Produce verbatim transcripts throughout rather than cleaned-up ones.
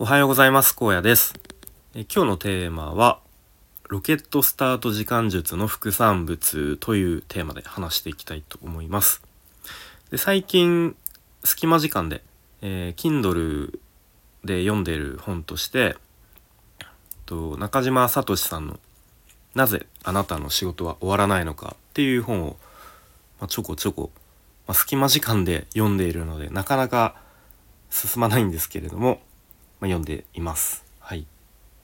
おはようございます。荒野です。え今日のテーマはロケットスタート時間術の副産物というテーマで話していきたいと思います。で最近隙間時間で、えー、Kindle で読んでいる本としてと中島聡さんのなぜあなたの仕事は終わらないのかっていう本を、まあ、ちょこちょこ、まあ、隙間時間で読んでいるのでなかなか進まないんですけれども、まあ、読んでいます。はい。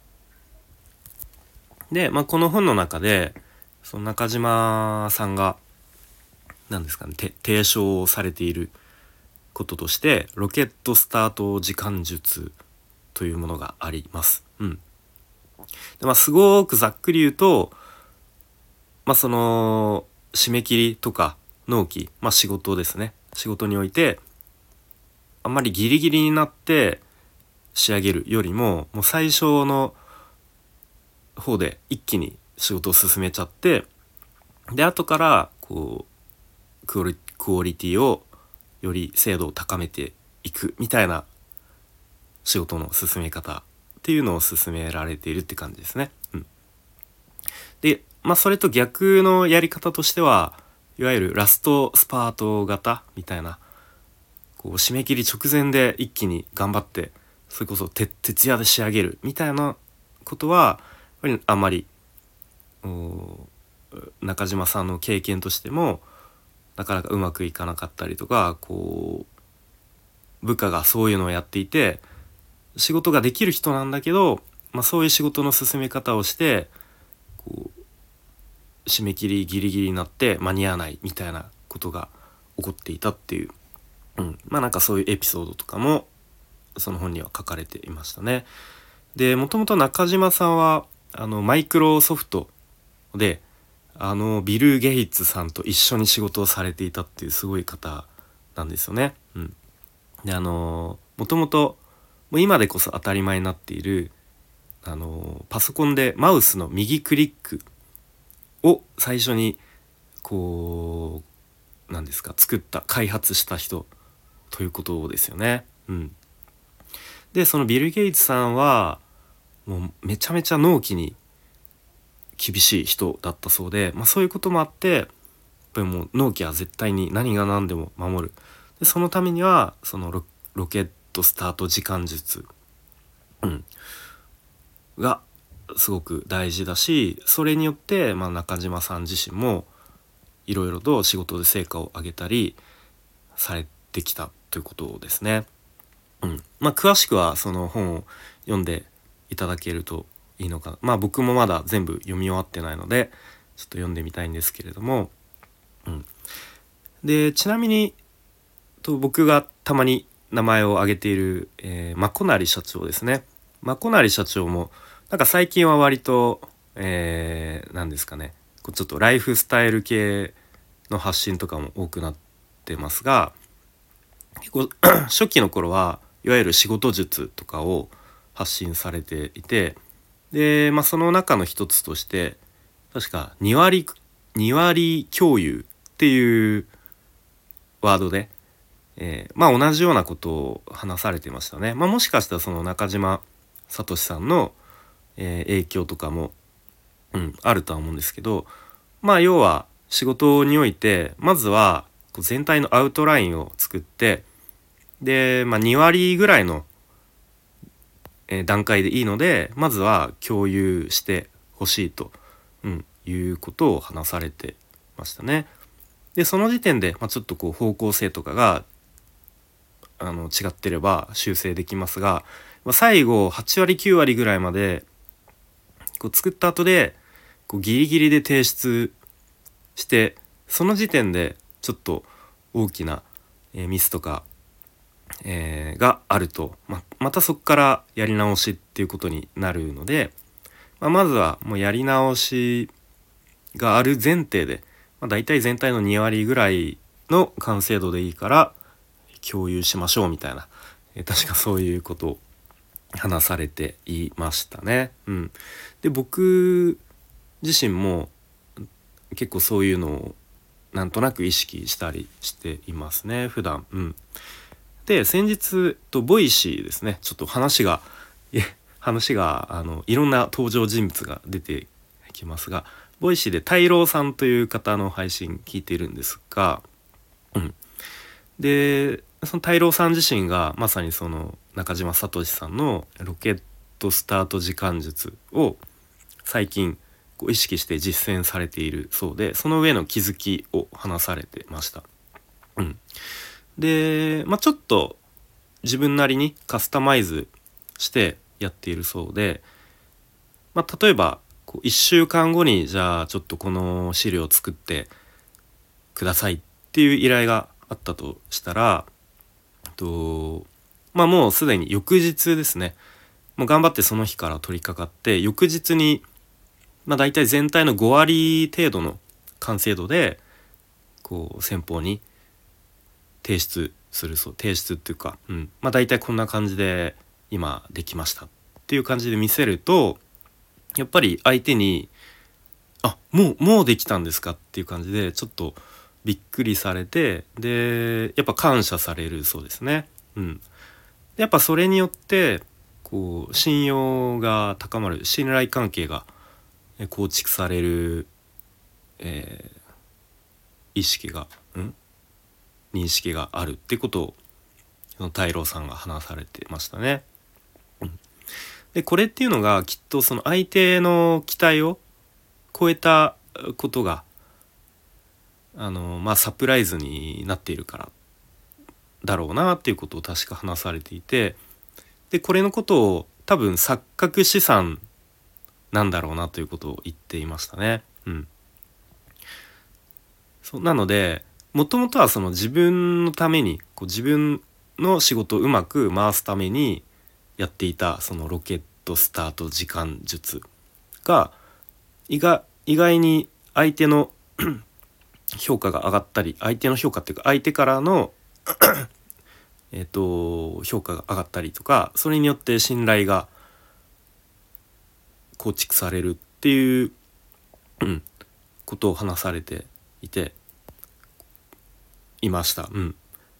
で、まあ、この本の中でその中島さんが何ですかね提唱されていることとしてロケットスタート時間術というものがあります。うん。で、まあ、すごくざっくり言うと、まあ、その締め切りとか納期、まあ、仕事ですね。仕事においてあんまりギリギリになって仕上げるよりも、もう最初の方で一気に仕事を進めちゃって、で後からこうクオリ、クオリティをより精度を高めていくみたいな仕事の進め方っていうのを進められているって感じですね。うん、で、まあそれと逆のやり方としてはいわゆるラストスパート型みたいな、こう締め切り直前で一気に頑張ってそれこそ徹夜で仕上げるみたいなことはやっぱりあんまり中島さんの経験としてもなかなかうまくいかなかったりとか、こう部下がそういうのをやっていて仕事ができる人なんだけど、まあ、そういう仕事の進め方をしてこう締め切りギリギリになって間に合わないみたいなことが起こっていたっていう、うん、まあなんかそういうエピソードとかもその本には書かれていましたね。で、もともと中島さんはあのマイクロソフトであのビル・ゲイツさんと一緒に仕事をされていたっていうすごい方なんですよね。うん、であのもともともう今でこそ当たり前になっているあのパソコンでマウスの右クリックを最初にこう何ですか作った開発した人ということですよね。うん、でそのビル・ゲイツさんはもうめちゃめちゃ納期に厳しい人だったそうで、まあ、そういうこともあってやっぱりもう納期は絶対に何が何でも守る。でそのためにはその ロ, ロケットスタート時間術、うん、がすごく大事だし、それによって、まあ、中島さん自身もいろいろと仕事で成果を上げたりされてきたということですね。うんまあ、詳しくはその本を読んでいただけるといいのかな。まあ僕もまだ全部読み終わってないのでちょっと読んでみたいんですけれども、うん、でちなみにと僕がたまに名前を挙げている、えー、マコナリ社長ですね。マコナリ社長もなんか最近は割と、えー、何ですかねこうちょっとライフスタイル系の発信とかも多くなってますが、結構初期の頃はいわゆる仕事術とかを発信されていて、で、まあ、その中の一つとして確かに割に割共有っていうワードで、えー、まあ同じようなことを話されてましたね。まあ、もしかしたらその中島聡さんの、えー、影響とかも、うん、あるとは思うんですけど、まあ要は仕事においてまずはこう全体のアウトラインを作って、で、まあ、に割ぐらいのえー段階でいいのでまずは共有してほしいと、うん、いうことを話されてましたね。でその時点で、まあ、ちょっとこう方向性とかがあの違ってれば修正できますが、まあ、最後はち割きゅう割ぐらいまでこう作った後でこうギリギリで提出してその時点でちょっと大きな、えーミスとかえーがあると、ま、またそこからやり直しっていうことになるので、まあ、まずはもうやり直しがある前提で、まあ、大体全体のに割ぐらいの完成度でいいから共有しましょうみたいな、えー確かそういうことを話されていましたね。うん、で僕自身も結構そういうのをなんとなく意識したりしていますね普段。うんで先日とボイシーですねちょっと話がい話があのいろんな登場人物が出てきますが、ボイシーで太郎さんという方の配信聞いているんですが、うん、でその太郎さん自身がまさにその中島聡さんのロケットスタート時間術を最近こう意識して実践されているそうで、その上の気づきを話されてました。うん、で、まあ、ちょっと自分なりにカスタマイズしてやっているそうで、まあ、例えばこういっしゅうかんごにじゃあちょっとこの資料を作ってくださいっていう依頼があったとしたら、とまあもうすでに翌日ですね、もう頑張ってその日から取り掛かって翌日に、まあ、大体全体のご割程度の完成度でこう先方に提出するそう、提出っていうか、うん、まあ大体こんな感じで今できましたっていう感じで見せると、やっぱり相手にあもうもうできたんですかっていう感じでちょっとびっくりされて、でやっぱ感謝されるそうですね。うん、やっぱそれによってこう信用が高まる、信頼関係が構築される、えー意識が、ん認識があるってことをその太郎さんが話されてましたね。うん、でこれっていうのがきっとその相手の期待を超えたことがあの、まあ、サプライズになっているからだろうなっていうことを確か話されていて、でこれのことを多分錯覚資産なんだろうなということを言っていましたね。うん、そうなのでもともとはその自分のためにこう自分の仕事をうまく回すためにやっていたそのロケットスタート時間術が意外、意外に相手の評価が上がったり、相手の評価っていうか相手からのえっと評価が上がったりとか、それによって信頼が構築されるっていう、うん、ことを話されていていました。うん、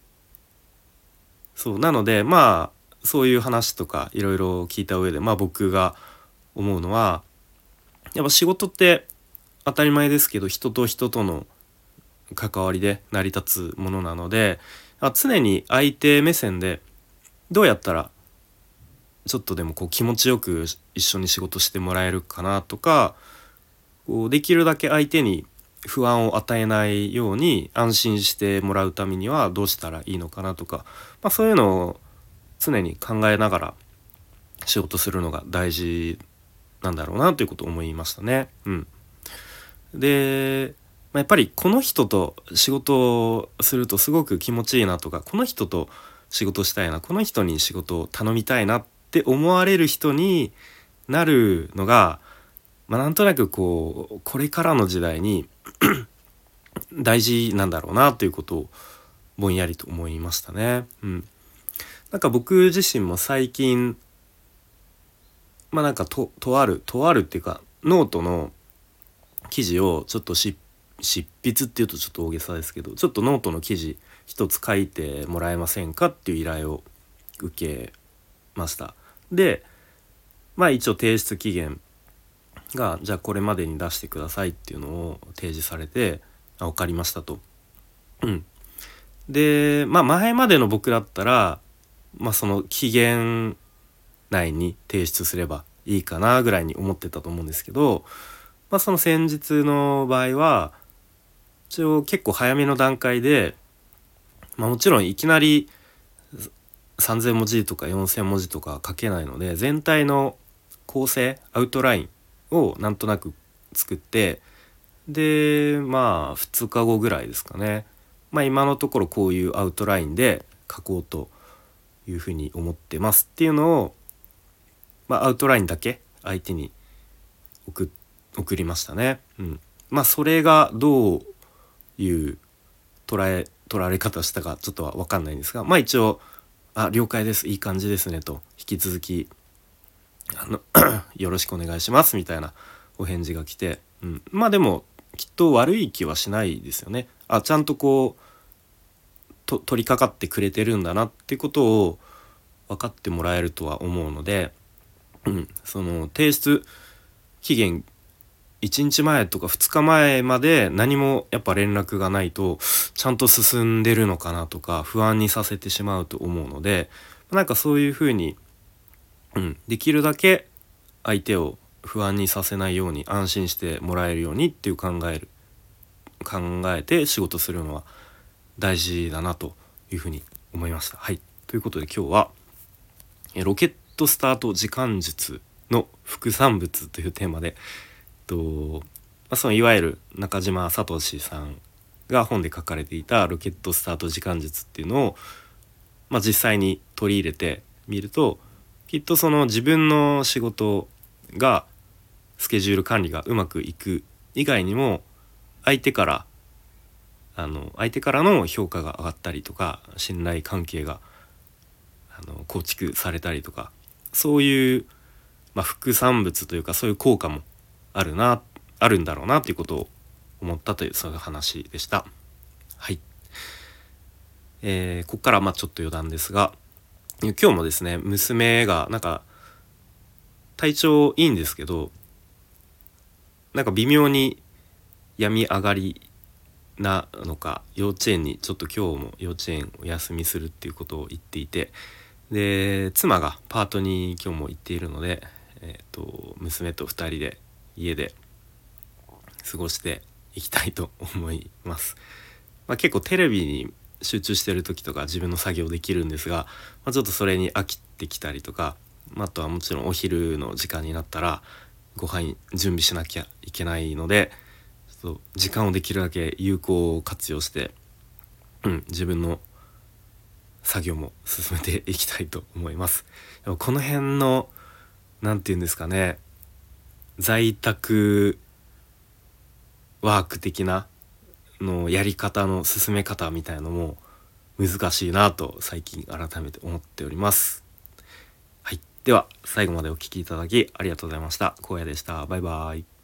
そうなのでまあそういう話とかいろいろ聞いた上で、まあ僕が思うのは、やっぱ仕事って当たり前ですけど人と人との関わりで成り立つものなので、常に相手目線でどうやったらちょっとでもこう気持ちよく一緒に仕事してもらえるかなとか、こうできるだけ相手に不安を与えないように安心してもらうためにはどうしたらいいのかなとか、まあ、そういうのを常に考えながら仕事するのが大事なんだろうなということを思いましたね。うん、で、まあ、やっぱりこの人と仕事をするとすごく気持ちいいなとか、この人と仕事したいな、この人に仕事を頼みたいなって思われる人になるのが、まあ、なんとなくこうこれからの時代に大事なんだろうなということをぼんやりと思いましたね。うん、なんか僕自身も最近まあなんかととあるとあるっていうかノートの記事をちょっと執筆っていうとちょっと大げさですけど、ちょっとノートの記事一つ書いてもらえませんかっていう依頼を受けました。でまあ一応提出期限がじゃあこれまでに出してくださいっていうのを提示されて、あ分かりましたと。うん、でまあ前までの僕だったら、まあ、その期限内に提出すればいいかなぐらいに思ってたと思うんですけど、まあ、その先日の場合は一応結構早めの段階で、まあ、もちろんいきなりさんぜんもじとかよんせんもじとか書けないので、全体の構成アウトラインをなんとなく作って、でまあふつかごぐらいですかね、まあ、今のところこういうアウトラインで書こうというふうに思ってますっていうのを、まあ、アウトラインだけ相手に送、送りましたね。うん、まあそれがどういう捉え取られ方したかちょっとは分かんないんですが、まあ一応あ了解です、いい感じですねと、引き続きあのよろしくお願いしますみたいなお返事が来て、うん、まあでもきっと悪い気はしないですよね。あちゃんとこうと取り掛かってくれてるんだなってことを分かってもらえるとは思うので、 うん、その提出期限いちにちまえとかふつかまえまで何もやっぱ連絡がないとちゃんと進んでるのかなとか不安にさせてしまうと思うので、なんかそういうふうに、うん、できるだけ相手を不安にさせないように安心してもらえるようにっていう考える考えて仕事するのは大事だなというふうに思いました。はい、ということで今日はえロケットスタート時間術の副産物というテーマで、と、まあ、そのいわゆる中島聡さんが本で書かれていたロケットスタート時間術っていうのを、まあ、実際に取り入れてみると、きっとその自分の仕事がスケジュール管理がうまくいく以外にも相手からあの相手からの評価が上がったりとか信頼関係があの構築されたりとか、そういう、まあ、副産物というかそういう効果もあるなあるんだろうなということを思ったというそういう話でした。はい、えー、ここからまあちょっと余談ですが、今日もですね娘がなんか体調いいんですけど、なんか微妙に病み上がりなのか幼稚園にちょっと今日も幼稚園お休みするっていうことを言っていて、で妻がパートに今日も行っているので、えー、と娘とふたりで家で過ごしていきたいと思います。まあ、結構テレビに集中してる時とか自分の作業できるんですが、まあ、ちょっとそれに飽きてきたりとか、まあ、あとはもちろんお昼の時間になったらご飯準備しなきゃいけないので、ちょっと時間をできるだけ有効活用して、うん、自分の作業も進めていきたいと思います。でもこの辺のなんていうんですかね、在宅ワーク的なのやり方の進め方みたいのも難しいなと最近改めて思っております。はい、では最後までお聞きいただきありがとうございました。荒野でした。バイバイ。